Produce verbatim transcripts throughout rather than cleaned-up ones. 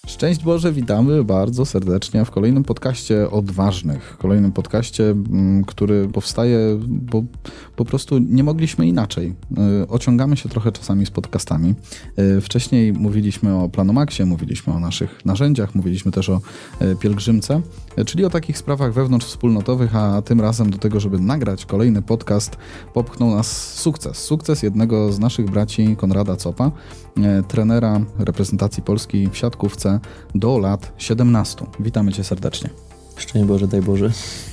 Szczęść Boże, witamy bardzo serdecznie w kolejnym podcaście Odważnych. Kolejnym podcaście, który powstaje, bo po prostu nie mogliśmy inaczej. Ociągamy się trochę czasami z podcastami. Wcześniej mówiliśmy o Planomaxie, mówiliśmy o naszych narzędziach, mówiliśmy też o pielgrzymce, czyli o takich sprawach wewnątrzwspólnotowych, a tym razem do tego, żeby nagrać kolejny podcast, popchnął nas sukces. Sukces jednego z naszych braci, Konrada Copa, trenera reprezentacji Polski w siatkówce do lat siedemnastu. Witamy Cię serdecznie. Szczęść Boże, daj Boże.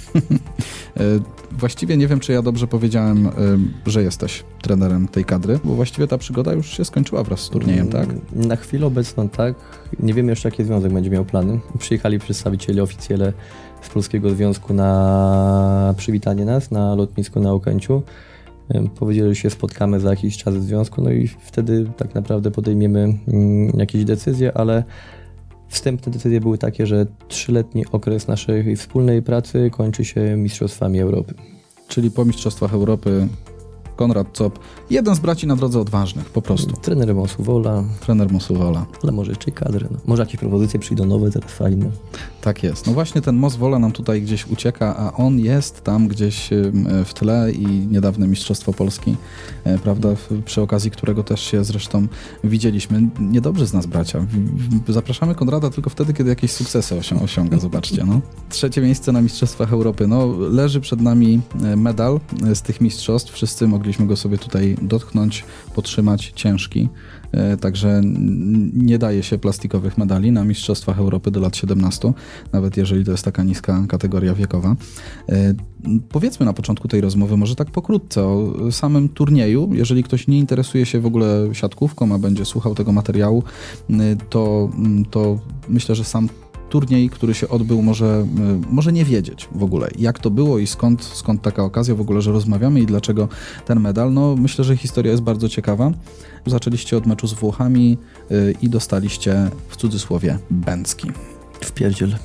Właściwie nie wiem, czy ja dobrze powiedziałem, że jesteś trenerem tej kadry, bo właściwie ta przygoda już się skończyła wraz z turniejem, tak? Na chwilę obecną tak. Nie wiemy jeszcze, jaki związek będzie miał plany. Przyjechali przedstawiciele oficjele z Polskiego Związku na przywitanie nas na lotnisku na Okęciu. Powiedzieli, że się spotkamy za jakiś czas w związku, no i wtedy tak naprawdę podejmiemy jakieś decyzje, ale wstępne decyzje były takie, że trzyletni okres naszej wspólnej pracy kończy się Mistrzostwami Europy. Czyli po Mistrzostwach Europy Konrad Cop, jeden z braci na drodze odważnych, po prostu. Trener Mosuwola. Trener Mosuwola. Ale może jeszcze i kadry. No. Może jakieś propozycje przyjdą nowe, teraz fajne. Tak jest. No właśnie ten Mosuwola nam tutaj gdzieś ucieka, a on jest tam gdzieś w tle i niedawne Mistrzostwo Polski, prawda, przy okazji którego też się zresztą widzieliśmy. Niedobrze z nas bracia. Zapraszamy Konrada tylko wtedy, kiedy jakieś sukcesy osią- osiąga, zobaczcie. No. Trzecie miejsce na Mistrzostwach Europy. No, leży przed nami medal z tych mistrzostw. Wszyscy mogliśmy go sobie tutaj dotknąć, potrzymać, ciężki. Także nie daje się plastikowych medali na Mistrzostwach Europy do lat siedemnastu, nawet jeżeli to jest taka niska kategoria wiekowa. Powiedzmy na początku tej rozmowy, może tak pokrótce, o samym turnieju. Jeżeli ktoś nie interesuje się w ogóle siatkówką, a będzie słuchał tego materiału, to, to myślę, że sam turniej, który się odbył, może, może nie wiedzieć w ogóle, jak to było i skąd, skąd taka okazja w ogóle, że rozmawiamy i dlaczego ten medal. No, myślę, że historia jest bardzo ciekawa. Zaczęliście od meczu z Włochami yy, i dostaliście, w cudzysłowie, bęcki. Wpierdziel.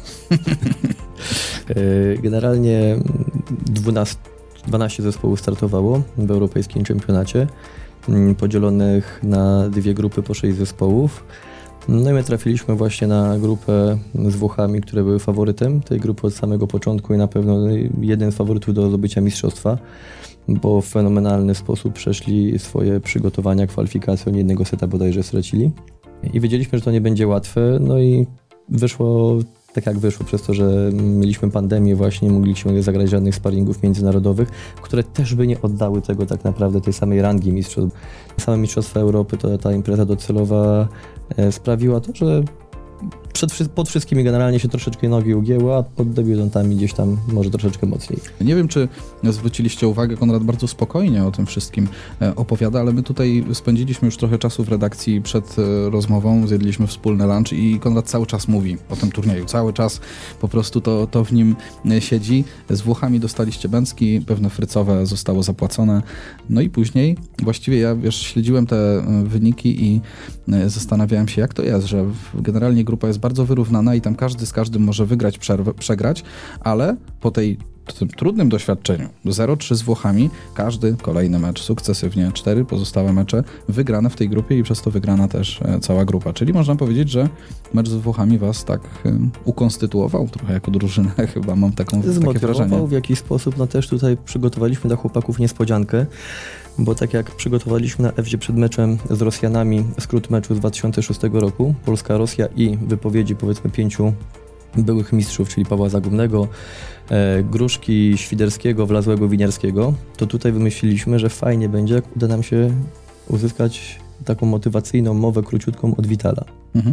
Generalnie dwanaście, dwanaście zespołów startowało w europejskim czempionacie, podzielonych na dwie grupy po sześć zespołów. No i my trafiliśmy właśnie na grupę z Włochami, które były faworytem tej grupy od samego początku i na pewno jeden z faworytów do zdobycia mistrzostwa, bo w fenomenalny sposób przeszli swoje przygotowania, kwalifikacje, oni jednego seta bodajże stracili. I wiedzieliśmy, że to nie będzie łatwe, no i wyszło tak jak wyszło, przez to, że mieliśmy pandemię właśnie, nie mogliśmy zagrać żadnych sparingów międzynarodowych, które też by nie oddały tego tak naprawdę, tej samej rangi mistrzostw. Same Mistrzostwa Europy, to ta impreza docelowa e, sprawiła to, że przed, pod wszystkimi generalnie się troszeczkę nogi ugięły, a pod debiutantami gdzieś tam może troszeczkę mocniej. Nie wiem, czy zwróciliście uwagę, Konrad bardzo spokojnie o tym wszystkim opowiada, ale my tutaj spędziliśmy już trochę czasu w redakcji przed rozmową, zjedliśmy wspólny lunch i Konrad cały czas mówi o tym turnieju, cały czas po prostu to, to w nim siedzi. Z Włochami dostaliście bęcki, pewne frycowe zostało zapłacone, no i później właściwie ja, wiesz, śledziłem te wyniki i zastanawiałem się, jak to jest, że generalnie grupa jest bardzo wyrównana i tam każdy z każdym może wygrać, przerwę, przegrać, ale po tej tym trudnym doświadczeniu zero trzy z Włochami, każdy kolejny mecz sukcesywnie, cztery pozostałe mecze wygrane w tej grupie i przez to wygrana też cała grupa. Czyli można powiedzieć, że mecz z Włochami was tak um, ukonstytuował trochę jako drużynę, chyba mam taką, takie wrażenie. W jakiś sposób, no też tutaj przygotowaliśmy dla chłopaków niespodziankę, bo tak jak przygotowaliśmy na Ewdzie przed meczem z Rosjanami skrót meczu z dwa tysiące szóstego roku, Polska-Rosja i wypowiedzi powiedzmy pięciu byłych mistrzów, czyli Pawła Zagubnego, e, Gruszki, Świderskiego, Wlazłego, Winiarskiego, to tutaj wymyśliliśmy, że fajnie będzie, jak uda nam się uzyskać taką motywacyjną mowę króciutką od Witala. Mhm.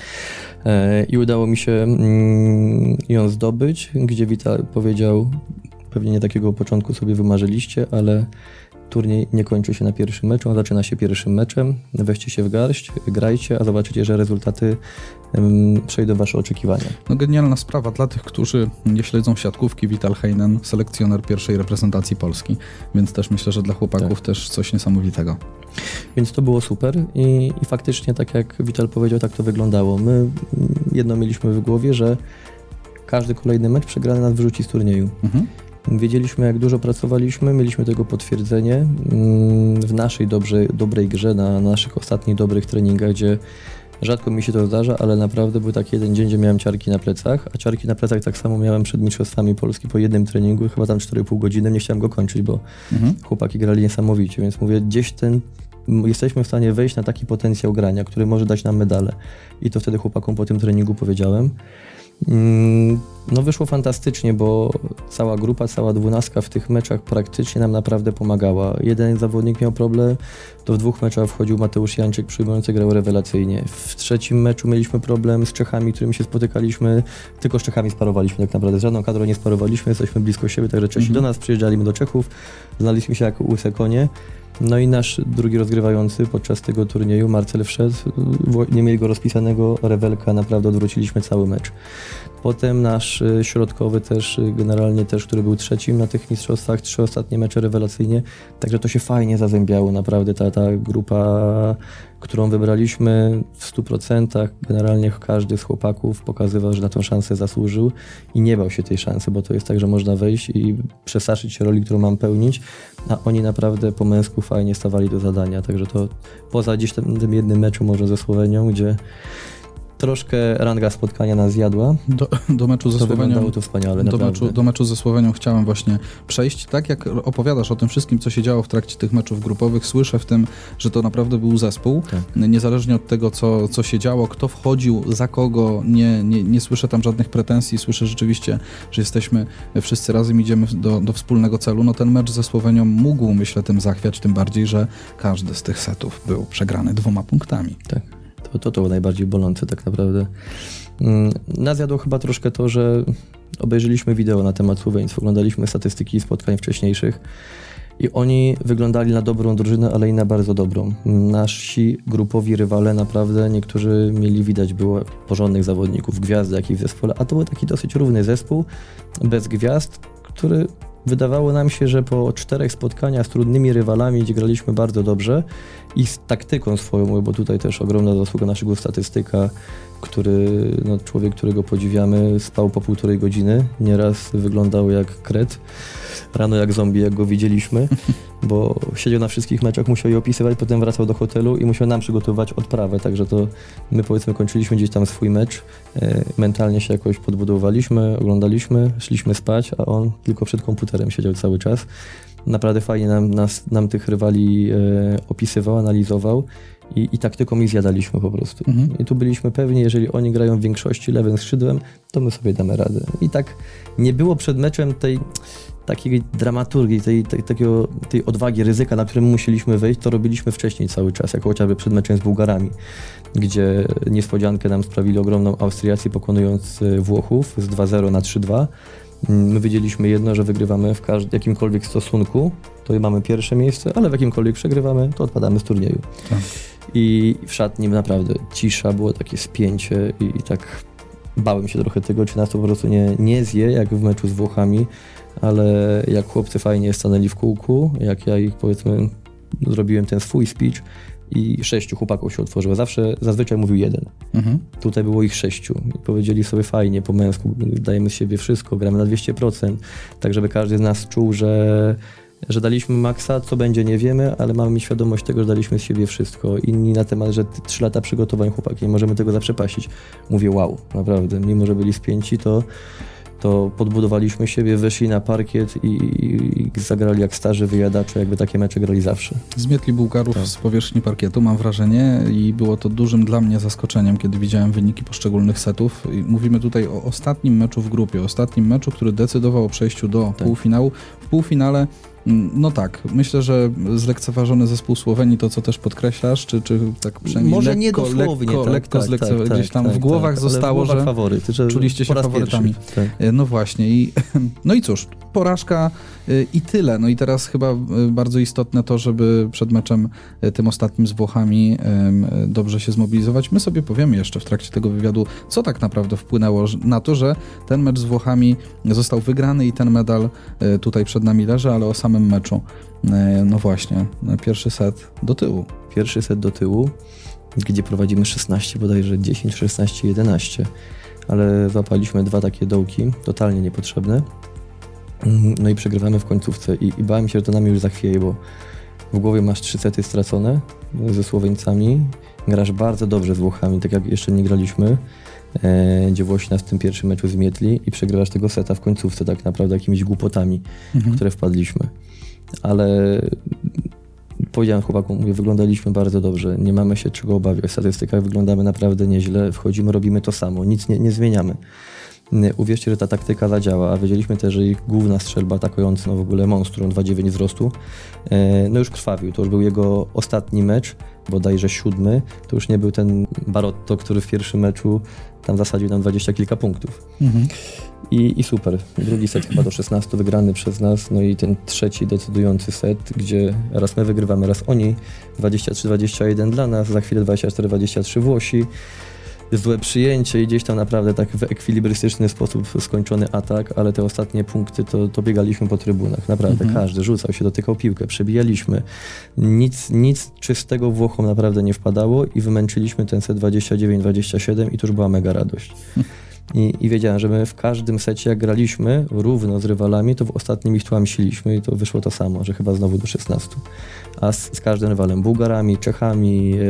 E, I udało mi się mm, ją zdobyć, gdzie Wital powiedział, pewnie nie takiego początku sobie wymarzyliście, ale turniej nie kończy się na pierwszym meczu, on zaczyna się pierwszym meczem, weźcie się w garść, grajcie, a zobaczycie, że rezultaty um, przejdą wasze oczekiwania. No genialna sprawa dla tych, którzy nie śledzą siatkówki. Vital Heinen, selekcjoner pierwszej reprezentacji Polski, więc też myślę, że dla chłopaków tak. też coś niesamowitego. Więc to było super i, i faktycznie tak jak Vital powiedział, tak to wyglądało. My jedno mieliśmy w głowie, że każdy kolejny mecz przegrany nas wyrzuci z turnieju. Mhm. Wiedzieliśmy, jak dużo pracowaliśmy, mieliśmy tego potwierdzenie w naszej dobrej, dobrej grze, na naszych ostatnich dobrych treningach, gdzie Rzadko mi się to zdarza, ale naprawdę był taki jeden dzień, gdzie miałem ciarki na plecach, a ciarki na plecach tak samo miałem przed Mistrzostwami Polski po jednym treningu, chyba tam cztery i pół godziny, nie chciałem go kończyć, bo mhm. chłopaki grali niesamowicie, więc mówię, gdzieś ten, jesteśmy w stanie wejść na taki potencjał grania, który może dać nam medale. I to wtedy chłopakom po tym treningu powiedziałem. No wyszło fantastycznie, bo cała grupa, cała dwunastka w tych meczach praktycznie nam naprawdę pomagała. Jeden zawodnik miał problem, to w dwóch meczach wchodził Mateusz Jańczyk, przyjmujący, grał rewelacyjnie. W trzecim meczu mieliśmy problem z Czechami, którymi się spotykaliśmy, tylko z Czechami sparowaliśmy tak naprawdę, z żadną kadrą nie sparowaliśmy, jesteśmy blisko siebie, także Czesi mhm. do nas przyjeżdżali, my do Czechów, znaliśmy się jako łyse konie. No i nasz drugi rozgrywający podczas tego turnieju, Marcel wszedł, nie mieli go rozpisanego, rewelka, naprawdę odwróciliśmy cały mecz. Potem nasz środkowy też, generalnie też, który był trzecim na tych mistrzostwach, trzy ostatnie mecze rewelacyjnie, także to się fajnie zazębiało, naprawdę ta, ta grupa, którą wybraliśmy w stu procentach, generalnie każdy z chłopaków pokazywał, że na tą szansę zasłużył i nie bał się tej szansy, bo to jest tak, że można wejść i przestraszyć się roli, którą mam pełnić, a oni naprawdę po męsku fajnie stawali do zadania, także to poza gdzieś tym, tym jednym meczu może ze Słowenią, gdzie troszkę ranga spotkania nas zjadła. Do, do meczu ze to Słowenią. To wspaniale, do meczu, do meczu ze Słowenią chciałem właśnie przejść. Tak jak opowiadasz o tym wszystkim, co się działo w trakcie tych meczów grupowych, słyszę w tym, że to naprawdę był zespół. Tak. Niezależnie od tego, co, co się działo, kto wchodził, za kogo, nie, nie, nie słyszę tam żadnych pretensji. Słyszę rzeczywiście, że jesteśmy wszyscy razem, idziemy do, do wspólnego celu. No ten mecz ze Słowenią mógł, myślę, tym zachwiać, tym bardziej, że każdy z tych setów był przegrany dwoma punktami. Tak. To, to, to było najbardziej bolące tak naprawdę. Nas jadło chyba troszkę to, że obejrzeliśmy wideo na temat Słoweńców, oglądaliśmy statystyki spotkań wcześniejszych i oni wyglądali na dobrą drużynę, ale i na bardzo dobrą. Nasi grupowi rywale naprawdę, niektórzy mieli widać, było porządnych zawodników, gwiazdy jakiś w zespole, a to był taki dosyć równy zespół, bez gwiazd, który wydawało nam się, że po czterech spotkaniach z trudnymi rywalami, gdzie graliśmy bardzo dobrze i z taktyką swoją, bo tutaj też ogromna zasługa naszego statystyka, który, no, człowiek, którego podziwiamy, spał po półtorej godziny, nieraz wyglądał jak kret, rano jak zombie, jak go widzieliśmy, bo siedział na wszystkich meczach, musiał je opisywać, potem wracał do hotelu i musiał nam przygotowywać odprawę, także to my, powiedzmy, kończyliśmy gdzieś tam swój mecz, e, mentalnie się jakoś podbudowaliśmy, oglądaliśmy, szliśmy spać, a on tylko przed komputerem siedział cały czas. Naprawdę fajnie nam, nas, nam tych rywali e, opisywał, analizował i, i taktyką ich zjadaliśmy po prostu. Mhm. I tu byliśmy pewni, jeżeli oni grają w większości lewym skrzydłem, to my sobie damy radę. I tak nie było przed meczem tej takiej dramaturgii, tej, tej, takiego, tej odwagi, ryzyka, na którym musieliśmy wejść, to robiliśmy wcześniej cały czas, jak chociażby przed meczem z Bułgarami, gdzie niespodziankę nam sprawili ogromną Austriację, pokonując Włochów z dwa zero na trzy dwa. My wiedzieliśmy jedno, że wygrywamy w każdym, jakimkolwiek stosunku, to mamy pierwsze miejsce, ale w jakimkolwiek przegrywamy, to odpadamy z turnieju. Tak. I w szatni naprawdę cisza, było takie spięcie i, i tak bałem się trochę tego, czy nas to po prostu nie, nie zje, jak w meczu z Włochami, ale jak chłopcy fajnie stanęli w kółku, jak ja ich, powiedzmy, zrobiłem ten swój speech i sześciu chłopaków się otworzyło. Zawsze, zazwyczaj mówił jeden. Mhm. Tutaj było ich sześciu i powiedzieli sobie fajnie, po męsku, dajemy z siebie wszystko, gramy na dwieście procent, tak żeby każdy z nas czuł, że, że daliśmy maksa, co będzie nie wiemy, ale mamy świadomość tego, że daliśmy z siebie wszystko. Inni na temat, że trzy lata przygotowań, chłopaki, nie możemy tego zaprzepaścić. Mówię wow, naprawdę, mimo że byli spięci, to to podbudowaliśmy siebie, weszli na parkiet i, i, i zagrali jak starzy wyjadacze, jakby takie mecze grali zawsze. Zmietli Bułgarów tak. z powierzchni parkietu, mam wrażenie, i było to dużym dla mnie zaskoczeniem, kiedy widziałem wyniki poszczególnych setów. I mówimy tutaj o ostatnim meczu w grupie, ostatnim meczu, który decydował o przejściu do tak. półfinału. W półfinale no tak, myślę, że zlekceważony zespół Słowenii, to co też podkreślasz, czy, czy tak przynajmniej może lekko, nie dosłownie, lekko, tak, lekko tak, zlekce... tak, gdzieś tam tak, w głowach tak, zostało, w głowach że faworyty, że czuliście się faworytami. Tak. No właśnie i no i cóż, porażka i tyle. No i teraz chyba bardzo istotne to, żeby przed meczem tym ostatnim z Włochami dobrze się zmobilizować. My sobie powiemy jeszcze w trakcie tego wywiadu, co tak naprawdę wpłynęło na to, że ten mecz z Włochami został wygrany i ten medal tutaj przed nami leży, ale o samym meczu. No właśnie, pierwszy set do tyłu. Pierwszy set do tyłu, gdzie prowadzimy szesnaście, bodajże dziesięć, szesnaście, jedenaście, ale złapaliśmy dwa takie dołki, totalnie niepotrzebne. No i przegrywamy w końcówce i, i bałem się, że to nam już zachwieje, bo w głowie masz trzy sety stracone ze Słoweńcami grasz bardzo dobrze z Włochami, tak jak jeszcze nie graliśmy, e, gdzie Włosi nas w tym pierwszym meczu zmietli i przegrywasz tego seta w końcówce tak naprawdę jakimiś głupotami, mhm. w które wpadliśmy. Ale powiedziałem chłopakom, mówię, wyglądaliśmy bardzo dobrze, nie mamy się czego obawiać, w statystykach wyglądamy naprawdę nieźle, wchodzimy, robimy to samo, nic nie, nie zmieniamy. Uwierzcie, że ta taktyka zadziała, a wiedzieliśmy też, że ich główna strzelba atakująca, no w ogóle monstrum, dwa dziewięć wzrostu, no już krwawił, to już był jego ostatni mecz, bodajże siódmy, to już nie był ten Barotto, który w pierwszym meczu tam zasadził nam dwadzieścia kilka punktów. Mhm. I, I super. Drugi set chyba do szesnastu wygrany przez nas, no i ten trzeci decydujący set, gdzie raz my wygrywamy, raz oni, dwadzieścia trzy dwadzieścia jeden dla nas, za chwilę dwadzieścia cztery dwadzieścia trzy Włosi. Złe przyjęcie i gdzieś tam naprawdę tak w ekwilibrystyczny sposób skończony atak, ale te ostatnie punkty to, to biegaliśmy po trybunach. Naprawdę mhm. każdy rzucał się, dotykał piłkę, przebijaliśmy. Nic, nic czystego Włochom naprawdę nie wpadało i wymęczyliśmy ten set dwadzieścia dziewięć dwadzieścia siedem i to już była mega radość. I, I wiedziałem, że my w każdym secie, jak graliśmy równo z rywalami, to w ostatnim ich tłamsiliśmy i to wyszło to samo, że chyba znowu do szesnastu. A z, z każdym rywalem, Bułgarami, Czechami, yy,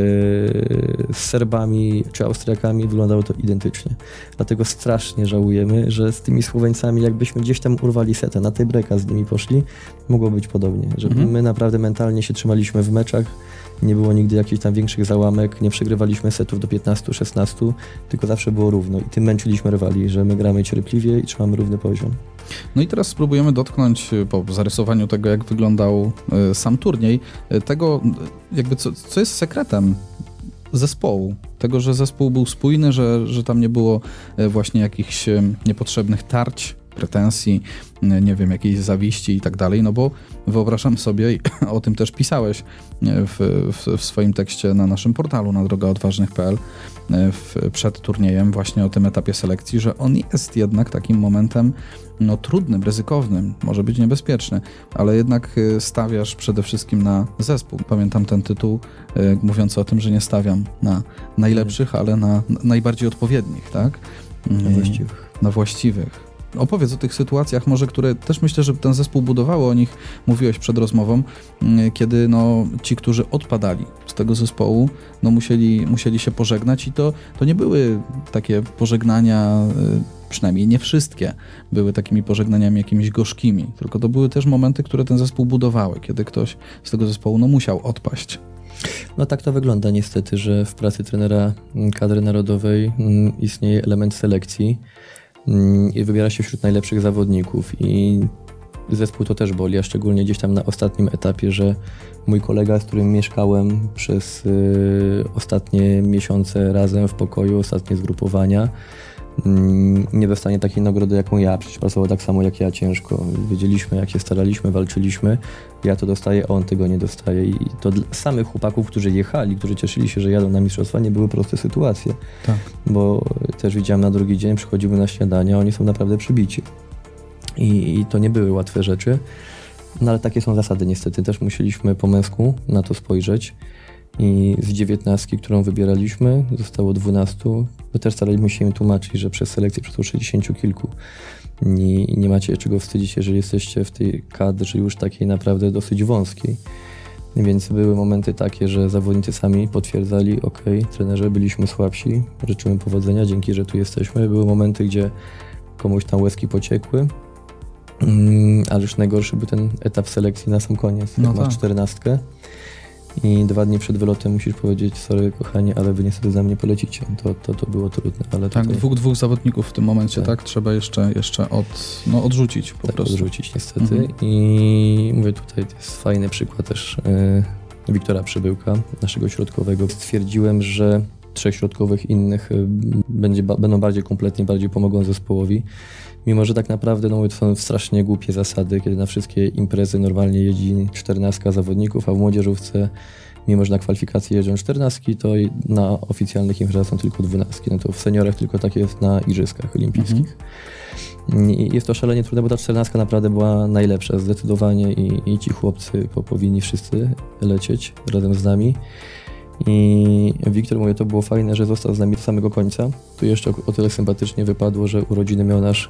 z Serbami czy Austriakami wyglądało to identycznie. Dlatego strasznie żałujemy, że z tymi Słoweńcami, jakbyśmy gdzieś tam urwali setę, na tej breka z nimi poszli, mogło być podobnie. Że mhm. my naprawdę mentalnie się trzymaliśmy w meczach, nie było nigdy jakichś tam większych załamek, nie przegrywaliśmy setów do piętnastu szesnastu, tylko zawsze było równo i tym męczyliśmy rywali, że my gramy cierpliwie i trzymamy równy poziom. No i teraz spróbujemy dotknąć, po zarysowaniu tego, jak wyglądał y, sam turniej, y, tego jakby co, co jest sekretem zespołu. Tego, że zespół był spójny, że, że tam nie było y, właśnie jakichś y, niepotrzebnych tarć, pretensji, nie wiem, jakiejś zawiści i tak dalej, no bo wyobrażam sobie, i o tym też pisałeś w, w, w swoim tekście na naszym portalu na droga odważnych kropka p l w, przed turniejem właśnie o tym etapie selekcji, że on jest jednak takim momentem no, trudnym, ryzykownym, może być niebezpieczny, ale jednak stawiasz przede wszystkim na zespół. Pamiętam ten tytuł mówiący o tym, że nie stawiam na najlepszych, ale na najbardziej odpowiednich, tak? Na właściwych. Na właściwych. Opowiedz o tych sytuacjach może, które też myślę, że ten zespół budowało, o nich mówiłeś przed rozmową, kiedy no, ci, którzy odpadali z tego zespołu, no, musieli, musieli się pożegnać i to, to nie były takie pożegnania, przynajmniej nie wszystkie, były takimi pożegnaniami jakimiś gorzkimi, tylko to były też momenty, które ten zespół budowały, kiedy ktoś z tego zespołu no, musiał odpaść. No tak to wygląda niestety, że w pracy trenera kadry narodowej istnieje element selekcji i wybiera się wśród najlepszych zawodników i zespół to też boli, a szczególnie gdzieś tam na ostatnim etapie, że mój kolega, z którym mieszkałem przez y, ostatnie miesiące razem w pokoju, ostatnie zgrupowania, y, nie dostanie takiej nagrody, jaką ja. Przecież pracował tak samo jak ja ciężko. Wiedzieliśmy, jak się staraliśmy, walczyliśmy. Ja to dostaję, a on tego nie dostaje. I to dla samych chłopaków, którzy jechali, którzy cieszyli się, że jadą na mistrzostwa, nie były proste sytuacje. Tak. Bo też widziałem na drugi dzień, przychodziły na śniadanie, a oni są naprawdę przybici. I, I to nie były łatwe rzeczy. No ale takie są zasady niestety. Też musieliśmy po męsku na to spojrzeć. I z dziewiętnastki, którą wybieraliśmy, zostało dwunastu. My też staraliśmy się im tłumaczyć, że przez selekcję przeszło sześćdziesięciu kilku. I nie macie czego wstydzić, jeżeli jesteście w tej kadrze już takiej naprawdę dosyć wąskiej. Więc były momenty takie, że zawodnicy sami potwierdzali, ok, trenerze, byliśmy słabsi, życzymy powodzenia, dzięki, że tu jesteśmy. Były momenty, gdzie komuś tam łezki pociekły, mm, ale już najgorszy był ten etap selekcji na sam koniec. No tak. Masz czternastkę i dwa dni przed wylotem musisz powiedzieć, sorry kochani, ale wy niestety za mnie polecicie. To, to, to było trudne. Ale tak, tutaj... dwóch, dwóch zawodników w tym momencie, tak? tak? Trzeba jeszcze, jeszcze od, no, odrzucić po tak, prostu. odrzucić niestety. Mhm. I mówię, tutaj to jest fajny przykład też yy, Wiktora Przybyłka, naszego środkowego. Stwierdziłem, że trzech środkowych innych yy, będzie, ba, będą bardziej kompletnie, bardziej pomogą zespołowi. Mimo że tak naprawdę no, to są strasznie głupie zasady, kiedy na wszystkie imprezy normalnie jeździ czternastka zawodników, a w młodzieżówce, mimo że na kwalifikacje jeżdżą czternastki, to na oficjalnych imprezach są tylko dwunastki. No to w seniorach tylko tak jest na igrzyskach olimpijskich. Mhm. I jest to szalenie trudne, bo ta czternastka naprawdę była najlepsza zdecydowanie i, i ci chłopcy po, powinni wszyscy lecieć razem z nami. I Wiktor mówi, to było fajne, że został z nami do samego końca. Tu jeszcze o, o tyle sympatycznie wypadło, że urodziny miał nasz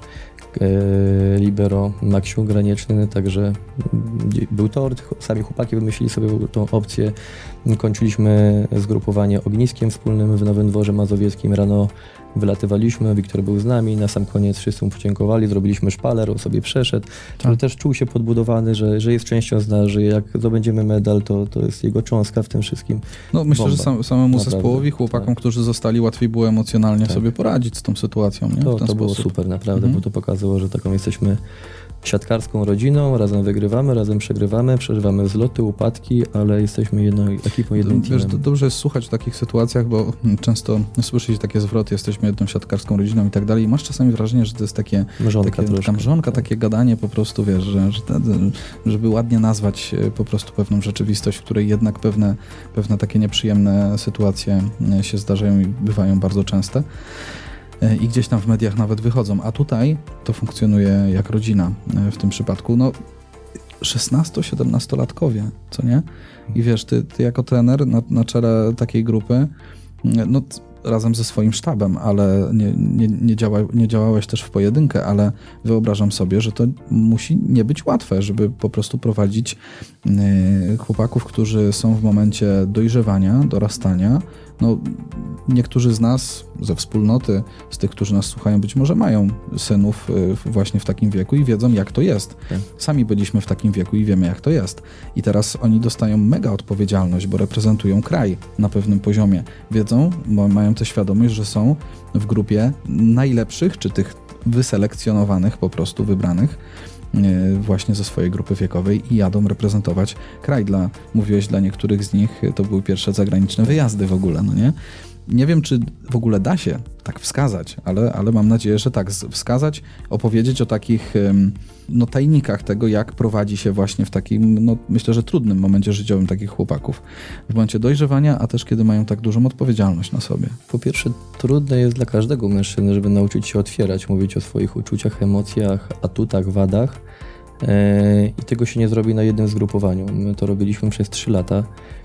e, libero Maksiu Granieczny, także był tort, sami chłopaki wymyślili sobie tą opcję. Kończyliśmy zgrupowanie ogniskiem wspólnym w Nowym Dworze Mazowieckim. Rano wylatywaliśmy, Wiktor był z nami, na sam koniec wszyscy mu podziękowali, zrobiliśmy szpaler, on sobie przeszedł, tak. Ale też czuł się podbudowany, że, że jest częścią z nas, że jak zdobędziemy medal, to, to jest jego cząstka w tym wszystkim. No myślę, Bomba. że sam, samemu naprawdę, zespołowi, chłopakom, tak. którzy zostali, łatwiej było emocjonalnie tak. sobie poradzić z tą sytuacją. Nie? To, to było super, naprawdę, mhm. bo to pokazało, że taką jesteśmy siatkarską rodziną, razem wygrywamy, razem przegrywamy, przeżywamy wzloty, upadki, ale jesteśmy jedną ekipą, jednym teamem. Wiesz, to dobrze jest słuchać w takich sytuacjach, bo często słyszy się takie zwroty, jesteśmy jedną siatkarską rodziną i tak dalej i masz czasami wrażenie, że to jest takie mrzonka, takie, tam mrzonka, takie gadanie po prostu, wiesz, że, że te, żeby ładnie nazwać po prostu pewną rzeczywistość, w której jednak pewne, pewne takie nieprzyjemne sytuacje się zdarzają i bywają bardzo częste. I gdzieś tam w mediach nawet wychodzą, a tutaj to funkcjonuje jak rodzina w tym przypadku. No szesnasto-siedemnastolatkowie, co nie? I wiesz, ty, ty jako trener na, na czele takiej grupy, no razem ze swoim sztabem, ale nie, nie, nie, działa, nie działałeś też w pojedynkę, ale wyobrażam sobie, że to musi nie być łatwe, żeby po prostu prowadzić yy, chłopaków, którzy są w momencie dojrzewania, dorastania. No, niektórzy z nas ze wspólnoty, z tych, którzy nas słuchają, być może mają synów właśnie w takim wieku i wiedzą, jak to jest. Sami byliśmy w takim wieku i wiemy, jak to jest. I teraz oni dostają mega odpowiedzialność, bo reprezentują kraj na pewnym poziomie. Wiedzą, bo mają tę świadomość, że są w grupie najlepszych, czy tych wyselekcjonowanych, po prostu wybranych właśnie ze swojej grupy wiekowej i jadą reprezentować kraj. Dla, mówiłeś, dla niektórych z nich to były pierwsze zagraniczne wyjazdy w ogóle, no nie? Nie wiem, czy w ogóle da się tak wskazać, ale, ale mam nadzieję, że tak, wskazać, opowiedzieć o takich no, tajnikach tego, jak prowadzi się właśnie w takim, no myślę, że trudnym momencie życiowym takich chłopaków. W momencie dojrzewania, a też kiedy mają tak dużą odpowiedzialność na sobie. Po pierwsze, trudne jest dla każdego mężczyzny, żeby nauczyć się otwierać, mówić o swoich uczuciach, emocjach, atutach, wadach. Yy, I tego się nie zrobi na jednym zgrupowaniu. My to robiliśmy przez trzy lata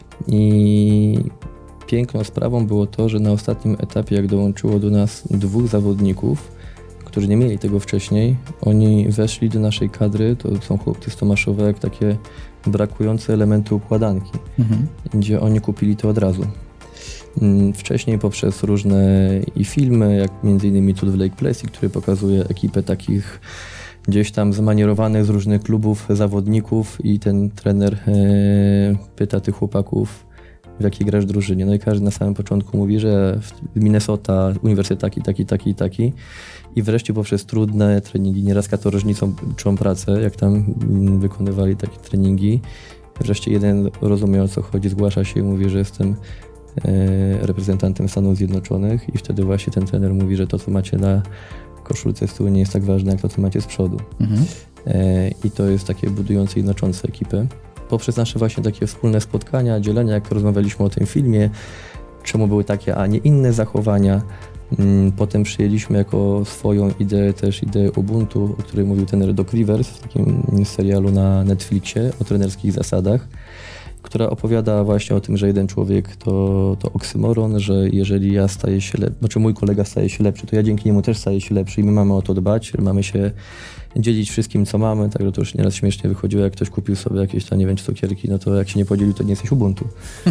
i piękną sprawą było to, że na ostatnim etapie, jak dołączyło do nas dwóch zawodników, którzy nie mieli tego wcześniej, oni weszli do naszej kadry, to są chłopcy z Tomaszowa, jak takie brakujące elementy układanki, mhm. gdzie oni kupili to od razu. Wcześniej poprzez różne i filmy, jak między innymi Tour Lake Placid, który pokazuje ekipę takich gdzieś tam zmanierowanych z różnych klubów zawodników i ten trener e, pyta tych chłopaków, w jakiej grasz drużynie. No i każdy na samym początku mówi, że w Minnesota uniwersytet taki, taki, taki, taki. I wreszcie poprzez trudne treningi, nieraz katorżnicą czą pracę, jak tam wykonywali takie treningi. Wreszcie jeden rozumie, o co chodzi, zgłasza się i mówi, że jestem e, reprezentantem Stanów Zjednoczonych i wtedy właśnie ten trener mówi, że to, co macie na koszulce z tyłu, nie jest tak ważne, jak to, co macie z przodu. Mhm. E, I to jest takie budujące i jednoczące ekipy. Poprzez nasze właśnie takie wspólne spotkania, dzielenia, jak rozmawialiśmy o tym filmie, czemu były takie, a nie inne zachowania. Potem przyjęliśmy jako swoją ideę też ideę Ubuntu, o której mówił trener Doc Rivers w takim serialu na Netflixie o trenerskich zasadach, która opowiada właśnie o tym, że jeden człowiek to, to oksymoron, że jeżeli ja staję się lepszy, znaczy mój kolega staje się lepszy, to ja dzięki niemu też staję się lepszy i my mamy o to dbać, mamy się dzielić wszystkim, co mamy, także to już nieraz śmiesznie wychodziło, jak ktoś kupił sobie jakieś tam, nie wiem, czy cukierki, no to jak się nie podzielił, to nie jesteś Ubuntu.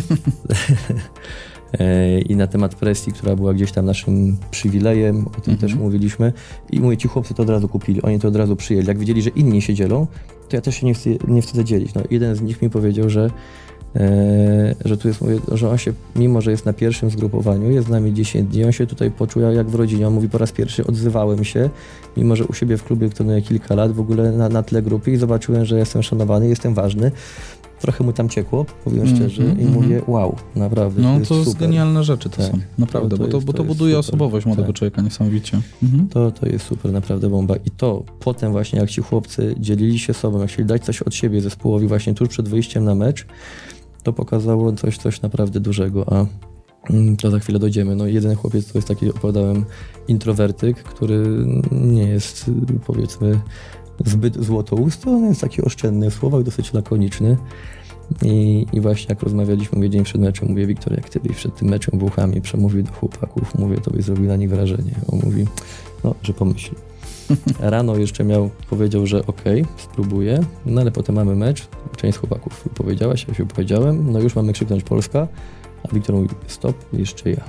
I na temat presji, która była gdzieś tam naszym przywilejem, o tym mm-hmm. też mówiliśmy. I mówię, ci chłopcy to od razu kupili, oni to od razu przyjęli. Jak widzieli, że inni się dzielą, to ja też się nie chcę, nie chcę dzielić. No, jeden z nich mi powiedział, że, e, że tu jest, mówię, że on się, mimo że jest na pierwszym zgrupowaniu, jest z nami dziesięć dni, on się tutaj poczuł jak w rodzinie. On mówi, po raz pierwszy odzywałem się, mimo że u siebie w klubie trenuję kilka lat, w ogóle na, na tle grupy i zobaczyłem, że jestem szanowany, jestem ważny. Trochę mu tam ciekło, powiem mm, szczerze, mm, i mm. mówię, wow, naprawdę, no, to jest to super. Genialne rzeczy to tak. są, naprawdę, to, to bo, to, jest, bo to, to buduje super. Osobowość młodego tak. człowieka niesamowicie. Mhm. To, to jest super, naprawdę bomba. I to potem właśnie, jak ci chłopcy dzielili się sobą, jak chcieli dać coś od siebie zespołowi właśnie tuż przed wyjściem na mecz, to pokazało coś, coś naprawdę dużego, a to za chwilę dojdziemy. No jeden chłopiec to jest taki, opowiadałem, introwertyk, który nie jest, powiedzmy, zbyt złotousty, on jest taki oszczędny w słowach, dosyć lakoniczny. I, I właśnie jak rozmawialiśmy, mówię dzień przed meczem, mówię Wiktor, jak ty byś przed tym meczem Włochami przemówił do chłopaków, mówię, to byś zrobił na nich wrażenie. On mówi, no, że pomyśli. Rano jeszcze miał, powiedział, że okej, okay, spróbuję, no ale potem mamy mecz, część z chłopaków powiedziałaś, ja się powiedziałem, no już mamy krzyknąć Polska, a Wiktor mówi, stop, jeszcze ja.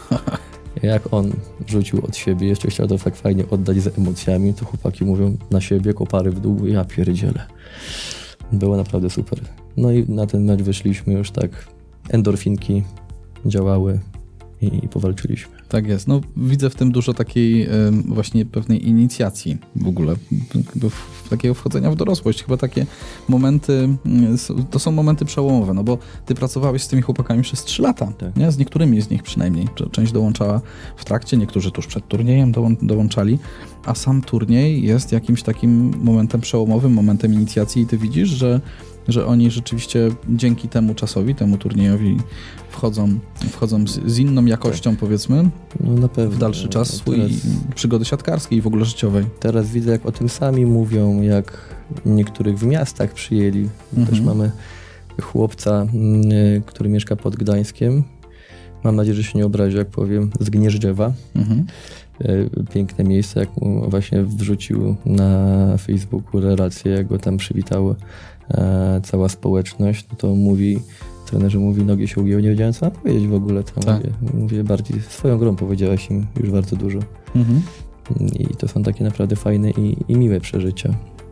Jak on rzucił od siebie, jeszcze chciał to tak fajnie oddać z emocjami, to chłopaki mówią na siebie, kopary w dół, ja pierdzielę. Było naprawdę super. No i na ten mecz wyszliśmy już tak, endorfinki działały i, i powalczyliśmy. Tak jest. No, widzę w tym dużo takiej y, właśnie pewnej inicjacji w ogóle, w, w, takiego wchodzenia w dorosłość. Chyba takie momenty, y, to są momenty przełomowe, no bo ty pracowałeś z tymi chłopakami przez trzy lata, tak. Nie? Z niektórymi z nich przynajmniej. Część dołączała w trakcie, niektórzy tuż przed turniejem dołą- dołączali, a sam turniej jest jakimś takim momentem przełomowym, momentem inicjacji i ty widzisz, że że oni rzeczywiście dzięki temu czasowi, temu turniejowi wchodzą, wchodzą z, z inną jakością, tak. Powiedzmy, no na pewno. W dalszy czas swój teraz, przygody siatkarskiej i w ogóle życiowej. Teraz widzę, jak o tym sami mówią, jak niektórych w miastach przyjęli. Mhm. Też mamy chłopca, który mieszka pod Gdańskiem. Mam nadzieję, że się nie obrazi, jak powiem, z Gnieżdżewa. Mhm. Piękne miejsce, jak mu właśnie wrzucił na Facebooku relację, jak go tam przywitała e, cała społeczność, no to mówi, trenerzy mówi, nogi się ugięły, nie wiedziałem co mam powiedzieć w ogóle. Tam tak. mówię, mówię, bardziej swoją grą powiedziałaś im już bardzo dużo. Mhm. I to są takie naprawdę fajne i, i miłe przeżycia.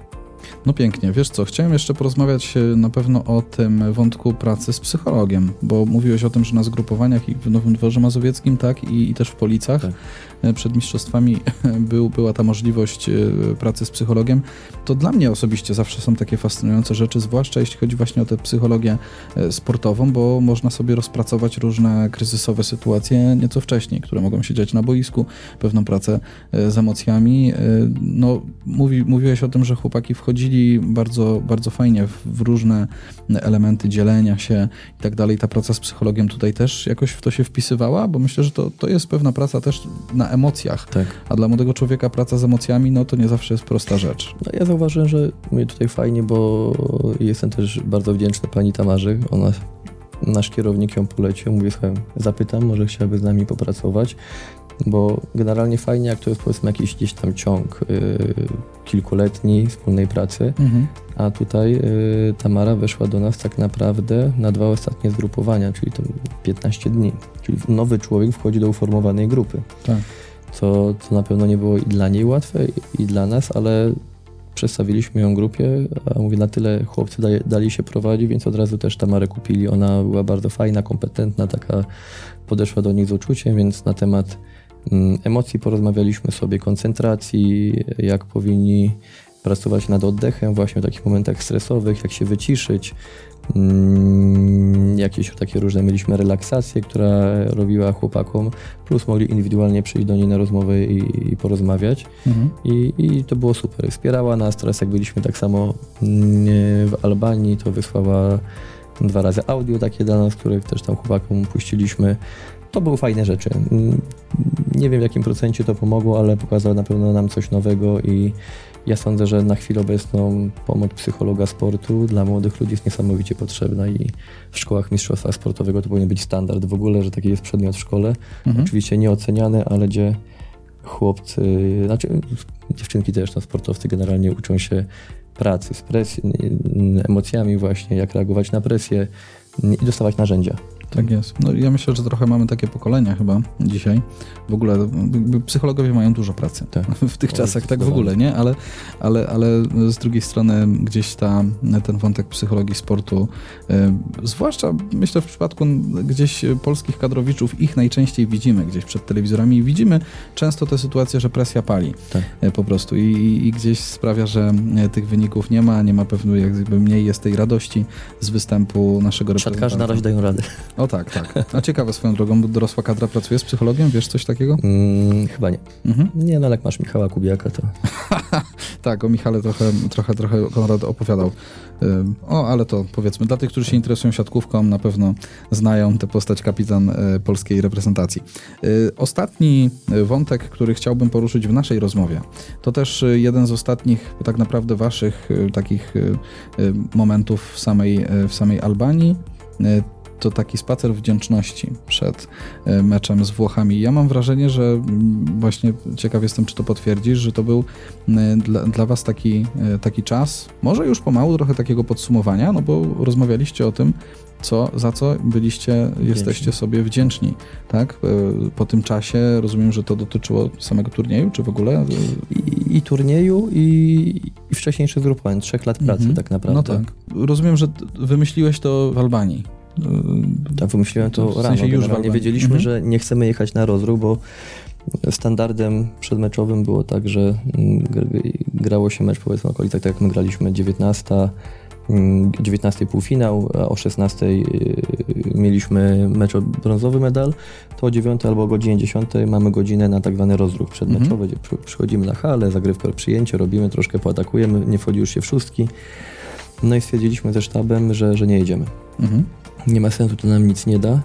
No pięknie. Wiesz co, chciałem jeszcze porozmawiać na pewno o tym wątku pracy z psychologiem, bo mówiłeś o tym, że na zgrupowaniach i w Nowym Dworze Mazowieckim, tak, i, i też w Policach tak. Przed mistrzostwami był, była ta możliwość pracy z psychologiem. To dla mnie osobiście zawsze są takie fascynujące rzeczy, zwłaszcza jeśli chodzi właśnie o tę psychologię sportową, bo można sobie rozpracować różne kryzysowe sytuacje nieco wcześniej, które mogą się dziać na boisku, pewną pracę z emocjami. No, mówi, mówiłeś o tym, że chłopaki wchodzili bardzo, bardzo fajnie w, w różne elementy dzielenia się i tak dalej. Ta praca z psychologiem tutaj też jakoś w to się wpisywała, bo myślę, że to, to jest pewna praca też na emocjach, tak. A dla młodego człowieka praca z emocjami, no to nie zawsze jest prosta rzecz. No, ja zauważyłem, że mnie tutaj fajnie, bo jestem też bardzo wdzięczny pani Tamarze. Ona, nasz kierownik ją polecił, mówię, słuchaj, zapytam, może chciałaby z nami popracować, bo generalnie fajnie, jak to jest powiedzmy jakiś gdzieś tam ciąg yy, kilkuletni wspólnej pracy, mhm. a tutaj yy, Tamara weszła do nas tak naprawdę na dwa ostatnie zgrupowania, czyli to piętnaście dni. Czyli nowy człowiek wchodzi do uformowanej grupy. Tak. Co, co na pewno nie było i dla niej łatwe, i dla nas, ale przedstawiliśmy ją grupie, a mówię, na tyle chłopcy dali, dali się prowadzić, więc od razu też Tamarę kupili. Ona była bardzo fajna, kompetentna, taka podeszła do nich z uczuciem, więc na temat mm, emocji porozmawialiśmy sobie, koncentracji, jak powinni pracować nad oddechem właśnie w takich momentach stresowych, jak się wyciszyć. Mm, jakieś takie różne mieliśmy relaksacje, która robiła chłopakom, plus mogli indywidualnie przyjść do niej na rozmowę i, i porozmawiać. Mhm. I, I to było super. Wspierała nas. Teraz jak byliśmy tak samo w Albanii, to wysłała dwa razy audio takie dla nas, które też tam chłopakom puściliśmy. To były fajne rzeczy. Nie wiem w jakim procencie to pomogło, ale pokazało na pewno nam coś nowego i ja sądzę, że na chwilę obecną pomoc psychologa sportu dla młodych ludzi jest niesamowicie potrzebna i w szkołach mistrzostwa sportowego to powinien być standard w ogóle, że taki jest przedmiot w szkole. Mhm. Oczywiście nieoceniany, ale gdzie chłopcy, znaczy dziewczynki też, no, sportowcy generalnie uczą się pracy z presją, emocjami właśnie, jak reagować na presję i dostawać narzędzia. Tak jest. No ja myślę, że trochę mamy takie pokolenia chyba dzisiaj. W ogóle psychologowie mają dużo pracy tak. w tych o, czasach, tak w ogóle, nie? Ale, ale, ale z drugiej strony gdzieś ta, ten wątek psychologii sportu, e, zwłaszcza myślę w przypadku gdzieś polskich kadrowiczów, ich najczęściej widzimy gdzieś przed telewizorami i widzimy często tę sytuację, że presja pali tak. e, po prostu I, i gdzieś sprawia, że tych wyników nie ma, nie ma pewnie jakby mniej jest tej radości z występu naszego reprezentanta. Siatkarze na razie dają radę. O tak, tak. A ciekawe swoją drogą, bo dorosła kadra pracuje z psychologiem? Wiesz coś takiego? Mm, chyba nie. Mhm. Nie, no ale jak masz Michała Kubiaka, to... Tak, o Michale trochę, trochę, trochę Konrad opowiadał. O, ale to powiedzmy, dla tych, którzy się interesują siatkówką, na pewno znają tę postać kapitan polskiej reprezentacji. Ostatni wątek, który chciałbym poruszyć w naszej rozmowie, to też jeden z ostatnich tak naprawdę waszych takich momentów w samej, w samej Albanii. To taki spacer wdzięczności przed meczem z Włochami. Ja mam wrażenie, że właśnie ciekaw jestem, czy to potwierdzisz, że to był dla, dla was taki, taki czas, może już pomału trochę takiego podsumowania, no bo rozmawialiście o tym, co, za co byliście, jesteście sobie wdzięczni, tak? Po tym czasie rozumiem, że to dotyczyło samego turnieju, czy w ogóle? I, i turnieju, i, i wcześniejszych zgrupowań, trzech lat pracy mhm. tak naprawdę. No tak. Rozumiem, że wymyśliłeś to w Albanii. Tak, wymyśliłem to w sensie rano. Już Generalnie wiedzieliśmy, mhm. że nie chcemy jechać na rozruch, bo standardem przedmeczowym było tak, że grało się mecz powiedzmy okolicach, tak jak my graliśmy, dziewiętnasta, dziewiętnasty półfinał, a o szesnastej mieliśmy mecz o brązowy medal, to o dziewiątej albo o godzinie dziesiątej mamy godzinę na tak zwany rozruch przedmeczowy, mhm. gdzie przychodzimy na halę, zagrywkę, przyjęcie, robimy, troszkę poatakujemy, nie wchodzi już się w szóstki. No i stwierdziliśmy ze sztabem, że, że nie jedziemy. Mhm. Nie ma sensu, to nam nic nie da.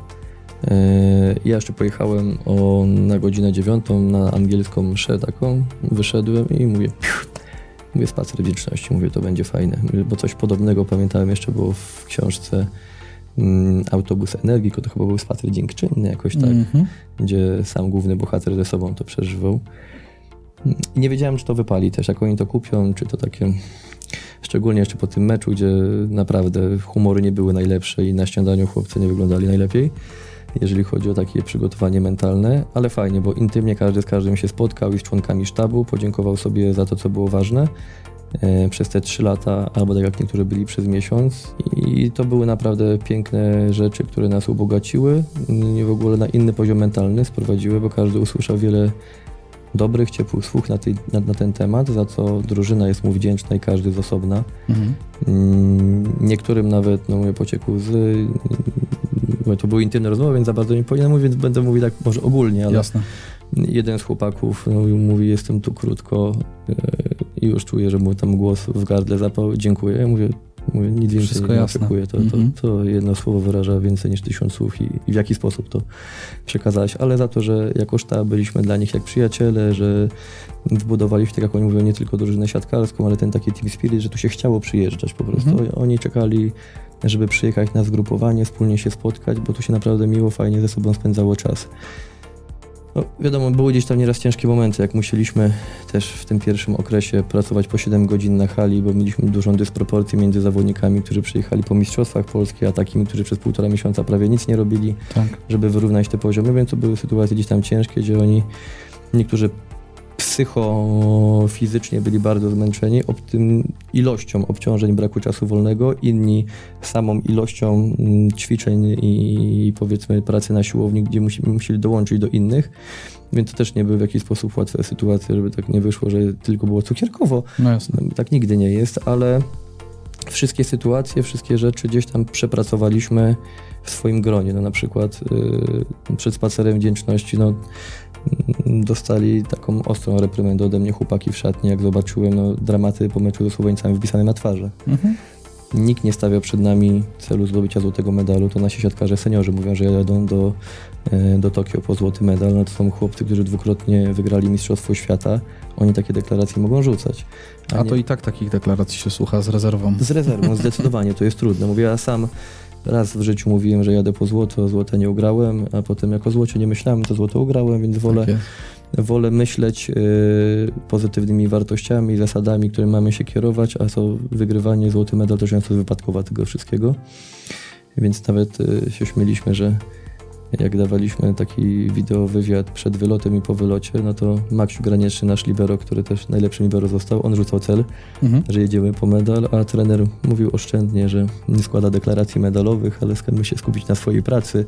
Ja jeszcze pojechałem o, na godzinę dziewiątą na angielską mszę taką, wyszedłem i mówię, mówię spacer wdzięczności, mówię, to będzie fajne, bo coś podobnego pamiętałem jeszcze było w książce mm, Autobus Energii, to chyba był spacer dziękczynny jakoś tak, mm-hmm. gdzie sam główny bohater ze sobą to przeżywał. I nie wiedziałem, czy to wypali też, jak oni to kupią, czy to takie... Szczególnie jeszcze po tym meczu, gdzie naprawdę humory nie były najlepsze i na śniadaniu chłopcy nie wyglądali najlepiej, jeżeli chodzi o takie przygotowanie mentalne, ale fajnie, bo intymnie każdy z każdym się spotkał i z członkami sztabu, podziękował sobie za to, co było ważne e, przez te trzy lata, albo tak jak niektórzy byli przez miesiąc i to były naprawdę piękne rzeczy, które nas ubogaciły i w ogóle na inny poziom mentalny sprowadziły, bo każdy usłyszał wiele dobrych, ciepłych słów na, tej, na, na ten temat, za co drużyna jest mu wdzięczna i każdy z osobna. Mhm. Niektórym nawet, no mówię, pociekł łzy. To były intymne rozmowy, więc za bardzo nie powinienem mówić, więc będę mówił tak może ogólnie, ale Jasne. jeden z chłopaków no, mówi, jestem tu krótko i już czuję, że mu tam głos w gardle zapał. Dziękuję. Ja mówię, mówię nic więcej Wszystko nie jasne. oczekuję. To, mhm. to, to jedno słowo wyraża więcej niż tysiąc słów i, i w jaki sposób to przekazałeś, ale za to, że jako sztab byliśmy dla nich jak przyjaciele, że wbudowaliśmy, tak jak oni mówią, nie tylko drużynę siatkarską, ale ten taki team spirit, że tu się chciało przyjeżdżać po prostu. Mhm. Oni czekali, żeby przyjechać na zgrupowanie, wspólnie się spotkać, bo tu się naprawdę miło, fajnie ze sobą spędzało czas. No, wiadomo, były gdzieś tam nieraz ciężkie momenty, jak musieliśmy też w tym pierwszym okresie pracować po siedem godzin na hali, bo mieliśmy dużą dysproporcję między zawodnikami, którzy przyjechali po Mistrzostwach Polski, a takimi, którzy przez półtora miesiąca prawie nic nie robili, tak. żeby wyrównać te poziomy, więc to były sytuacje gdzieś tam ciężkie, gdzie oni, niektórzy psychofizycznie byli bardzo zmęczeni ob tym ilością obciążeń, braku czasu wolnego, inni samą ilością ćwiczeń i powiedzmy pracy na siłowni, gdzie musi, musieli dołączyć do innych, więc to też nie były w jakiś sposób łatwe sytuacje, żeby tak nie wyszło, że tylko było cukierkowo. No jasne. Tak nigdy nie jest, ale wszystkie sytuacje, wszystkie rzeczy gdzieś tam przepracowaliśmy w swoim gronie. No na przykład yy, przed spacerem wdzięczności, no dostali taką ostrą reprymendę ode mnie chłopaki w szatni, jak zobaczyłem no, dramaty po meczu ze Słoweńcami wpisane na twarzy. Mhm. Nikt nie stawia przed nami celu zdobycia złotego medalu, to nasi siatkarze seniorzy mówią, że jadą do, do Tokio po złoty medal, no to są chłopcy, którzy dwukrotnie wygrali Mistrzostwo Świata, oni takie deklaracje mogą rzucać. A, A nie... to i tak takich deklaracji się słucha z rezerwą. Z rezerwą, zdecydowanie, to jest trudne. Mówię, ja sam raz w życiu mówiłem, że jadę po złoto, złota nie ugrałem, a potem jako złocie nie myślałem, to złoto ugrałem, więc wolę, tak wolę myśleć y, pozytywnymi wartościami, zasadami, którymi mamy się kierować, a to wygrywanie złoty medal to często jest wypadkowa tego wszystkiego. Więc nawet y, się śmieliśmy, że jak dawaliśmy taki wideo wywiad przed wylotem i po wylocie, no to Maksiu Granieczny, nasz libero, który też najlepszym libero został, on rzucał cel, mhm. że jedziemy po medal, a trener mówił oszczędnie, że nie składa deklaracji medalowych, ale chcemy się skupić na swojej pracy.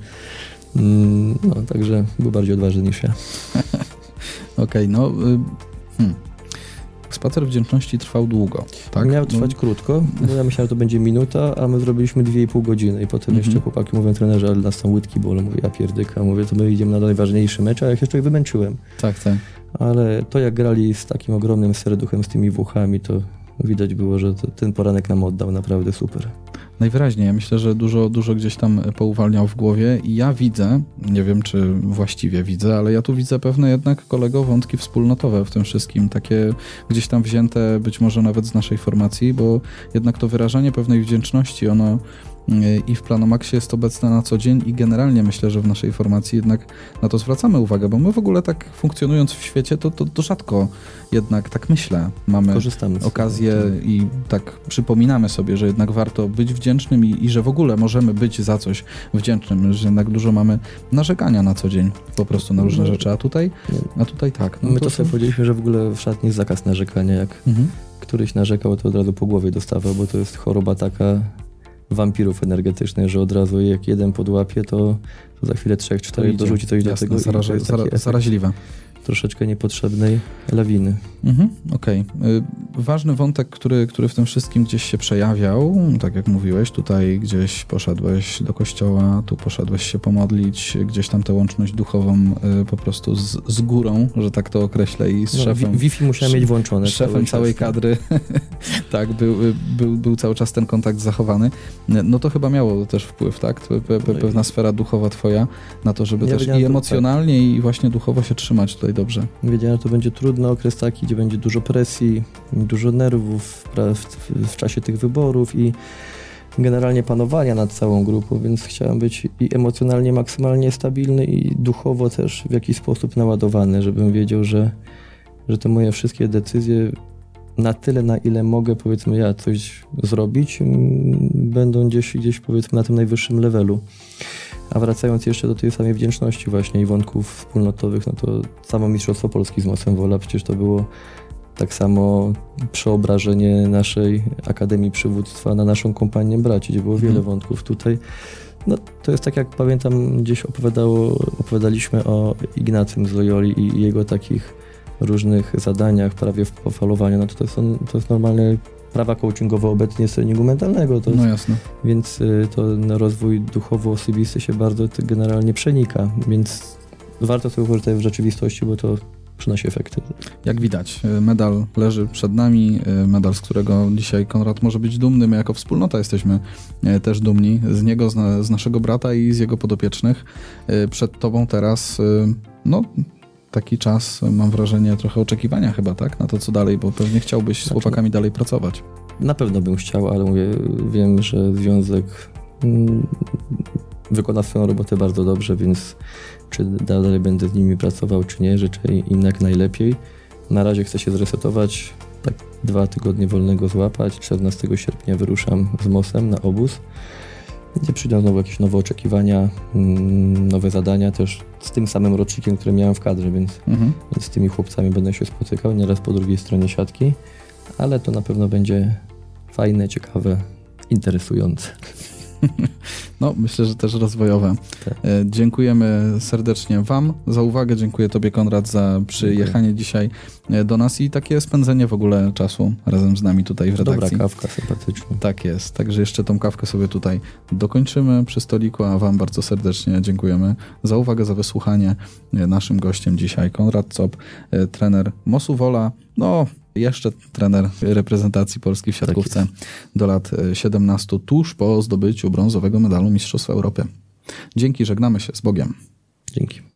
No, także był bardziej odważny niż ja. Okej, okay, no... Y hmm. Spacer wdzięczności trwał długo, tak? Miał trwać no. krótko, bo ja myślałem, że to będzie minuta, a my zrobiliśmy dwie i pół godziny i potem mm-hmm. jeszcze chłopaki mówią, trenerze, ale nas są łydki bolą, mówię, ja pierdyka, mówię, to my idziemy na najważniejszy mecz, a ja się jeszcze wymęczyłem. Tak, tak. ale to jak grali z takim ogromnym serduchem, z tymi wuchami, to widać było, że to, ten poranek nam oddał naprawdę super. Najwyraźniej. Ja myślę, że dużo, dużo gdzieś tam pouwalniał w głowie i ja widzę, nie wiem czy właściwie widzę, ale ja tu widzę pewne jednak, kolego, wątki wspólnotowe w tym wszystkim, takie gdzieś tam wzięte być może nawet z naszej formacji, bo jednak to wyrażanie pewnej wdzięczności, ono i w Planomaxie jest obecne na co dzień i generalnie myślę, że w naszej formacji jednak na to zwracamy uwagę, bo my w ogóle tak funkcjonując w świecie, to, to, to rzadko jednak, tak myślę, mamy okazję i tak przypominamy sobie, że jednak warto być wdzięcznym i, i że w ogóle możemy być za coś wdzięcznym, że jednak dużo mamy narzekania na co dzień po prostu na różne no, rzeczy, a tutaj, a tutaj tak. No my to, to sobie to... powiedzieliśmy, że w ogóle w szatni jest zakaz narzekania, jak mhm. któryś narzekał, to od razu po głowie dostawał, bo to jest choroba taka wampirów energetycznych, że od razu jak jeden podłapie, to, to za chwilę trzech, czterech dorzuci coś do tego. Zaraże, zara, zaraźliwe. Troszeczkę niepotrzebnej lawiny. Mhm, okej. Okay. Ważny wątek, który, który w tym wszystkim gdzieś się przejawiał, tak jak mówiłeś, tutaj gdzieś poszedłeś do kościoła, tu poszedłeś się pomodlić, gdzieś tam tę łączność duchową y, po prostu z, z górą, że tak to określę, i z no, szefem. Wi-Fi musiałem mieć włączone. Z szefem całej kadry. Tak, był, był, był cały czas ten kontakt zachowany. No to chyba miało też wpływ, tak? Pe, pe, pe, pewna sfera duchowa twoja na to, żeby ja też i emocjonalnie, to, tak. i właśnie duchowo się trzymać tutaj dobrze. Wiedziałem, że to będzie trudny okres taki, gdzie będzie dużo presji, dużo nerwów w, w, w czasie tych wyborów i generalnie panowania nad całą grupą, więc chciałem być i emocjonalnie maksymalnie stabilny i duchowo też w jakiś sposób naładowany, żebym wiedział, że, że te moje wszystkie decyzje na tyle, na ile mogę, powiedzmy, ja coś zrobić, będą gdzieś, gdzieś powiedzmy na tym najwyższym levelu. A wracając jeszcze do tej samej wdzięczności właśnie i wątków wspólnotowych, no to samo Mistrzostwo Polski z Mosem Wola, przecież to było tak samo przeobrażenie naszej Akademii Przywództwa na naszą kompanię braci, gdzie było wiele hmm. wątków tutaj. No to jest tak, jak pamiętam, gdzieś opowiadało, opowiadaliśmy o Ignacym z Loyoli i jego takich różnych zadaniach, prawie w pofalowaniu, no to, to, są, to jest normalne prawa coachingowe obecnie z treningu mentalnego. To jest, no jasne. Więc y, to no, rozwój duchowo-osobisty się bardzo generalnie przenika, więc warto sobie użyć w rzeczywistości, bo to przynosi efekty. Jak widać, medal leży przed nami, medal, z którego dzisiaj Konrad może być dumny. My jako wspólnota jesteśmy też dumni z niego, z, z naszego brata i z jego podopiecznych. Przed tobą teraz, no taki czas, mam wrażenie, trochę oczekiwania chyba, tak? Na to, co dalej, bo pewnie chciałbyś z chłopakami dalej pracować. Na pewno bym chciał, ale mówię, wiem, że związek mm, wykona swoją robotę bardzo dobrze, więc czy dalej będę z nimi pracował, czy nie, życzę im jak najlepiej. Na razie chcę się zresetować, tak dwa tygodnie wolnego złapać. czternastego sierpnia wyruszam z Mosem na obóz, gdzie przyjdą znowu jakieś nowe oczekiwania, nowe zadania, też z tym samym rocznikiem, który miałem w kadrze, więc, mhm. więc z tymi chłopcami będę się spotykał, nieraz po drugiej stronie siatki, ale to na pewno będzie fajne, ciekawe, interesujące. No, myślę, że też rozwojowe. Tak. Dziękujemy serdecznie wam za uwagę, dziękuję tobie, Konrad, za przyjechanie dziękuję. dzisiaj do nas i takie spędzenie w ogóle czasu razem z nami tutaj w redakcji. Dobra kawka, sympatyczna. Tak jest, także jeszcze tą kawkę sobie tutaj dokończymy przy stoliku, a wam bardzo serdecznie dziękujemy za uwagę, za wysłuchanie. Naszym gościem dzisiaj Konrad Cop, trener Mosu Wola, no jeszcze trener reprezentacji Polski w siatkówce tak do lat siedemnastu, tuż po zdobyciu brązowego medalu Mistrzostwa Europy. Dzięki, żegnamy się, z Bogiem. Dzięki.